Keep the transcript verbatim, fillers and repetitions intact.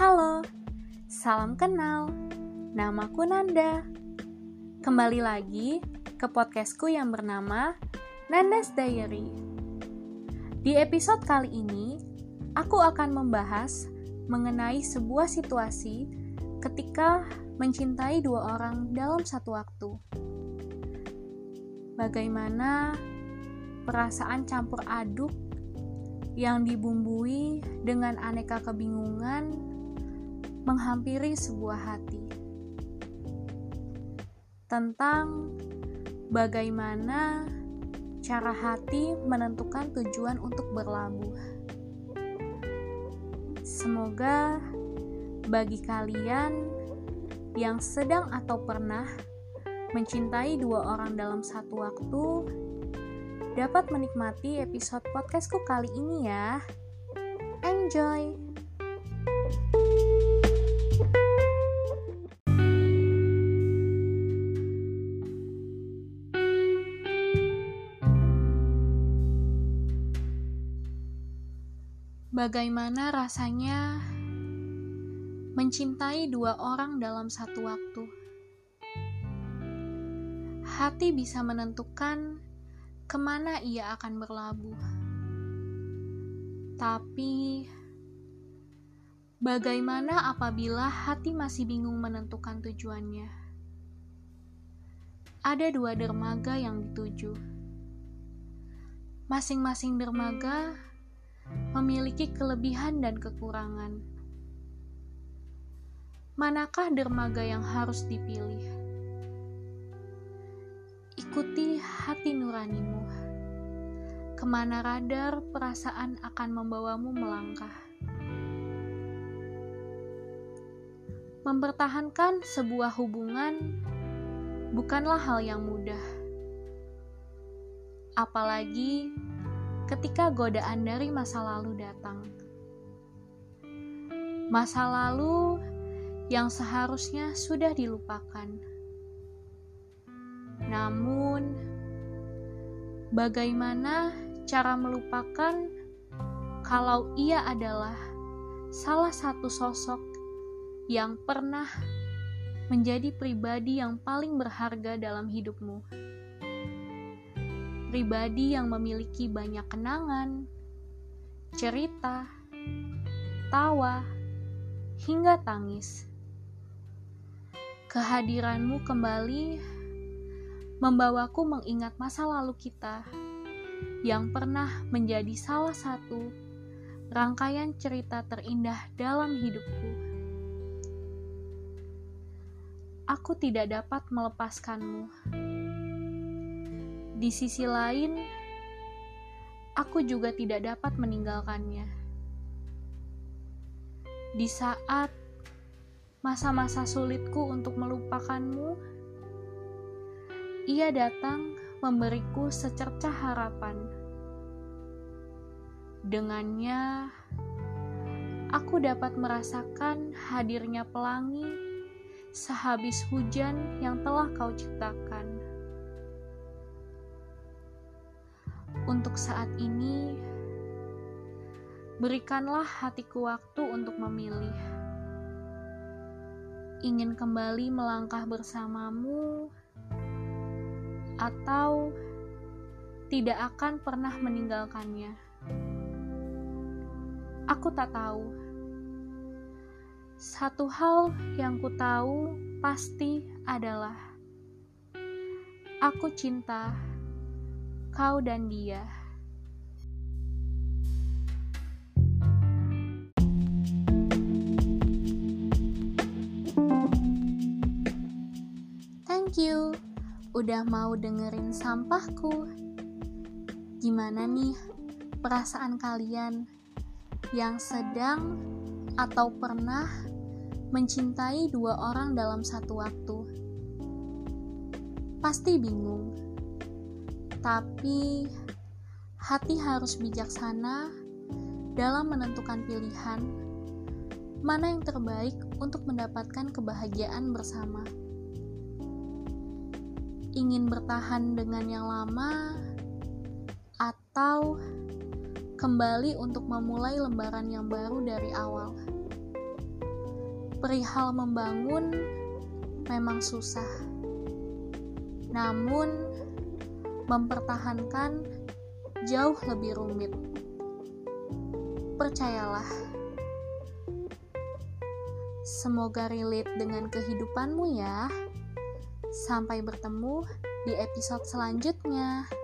Halo, salam kenal. Namaku Nanda. Kembali lagi ke podcastku yang bernama Nanda's Diary. Di episode kali ini, aku akan membahas mengenai sebuah situasi ketika mencintai dua orang dalam satu waktu. Bagaimana perasaan campur aduk yang dibumbui dengan aneka kebingungan menghampiri sebuah hati. Tentang bagaimana cara hati menentukan tujuan untuk berlabuh. Semoga bagi kalian yang sedang atau pernah mencintai dua orang dalam satu waktu dapat menikmati episode podcastku kali ini ya. Enjoy! Bagaimana rasanya mencintai dua orang dalam satu waktu? Hati bisa menentukan kemana ia akan berlabuh. Tapi, bagaimana apabila hati masih bingung menentukan tujuannya? Ada dua dermaga yang dituju. Masing-masing dermaga memiliki kelebihan dan kekurangan. Manakah dermaga yang harus dipilih? Ikuti hati nuranimu. Kemana radar perasaan akan membawamu melangkah. Mempertahankan sebuah hubungan bukanlah hal yang mudah. Apalagi ketika godaan dari masa lalu datang. Masa lalu yang seharusnya sudah dilupakan. Namun, bagaimana cara melupakan kalau ia adalah salah satu sosok yang pernah menjadi pribadi yang paling berharga dalam hidupmu? Pribadi yang memiliki banyak kenangan, cerita, tawa, hingga tangis. Kehadiranmu kembali membawaku mengingat masa lalu kita yang pernah menjadi salah satu rangkaian cerita terindah dalam hidupku. Aku tidak dapat melepaskanmu. Di sisi lain, aku juga tidak dapat meninggalkannya. Di saat masa-masa sulitku untuk melupakanmu, ia datang memberiku secercah harapan. Dengannya, aku dapat merasakan hadirnya pelangi sehabis hujan yang telah kau ciptakan. Untuk saat ini, berikanlah hatiku waktu untuk memilih. Ingin kembali melangkah bersamamu, atau tidak akan pernah meninggalkannya. Aku tak tahu. Satu hal yang ku tahu pasti adalah aku cinta kau dan dia. Thank you udah mau dengerin sampahku. Gimana nih perasaan kalian yang sedang atau pernah mencintai dua orang dalam satu waktu? Pasti bingung. Tapi hati harus bijaksana dalam menentukan pilihan mana yang terbaik untuk mendapatkan kebahagiaan bersama. Ingin bertahan dengan yang lama atau kembali untuk memulai lembaran yang baru dari awal. Perihal membangun memang susah, namun mempertahankan jauh lebih rumit. Percayalah, semoga relate dengan kehidupanmu ya. Sampai bertemu di episode selanjutnya.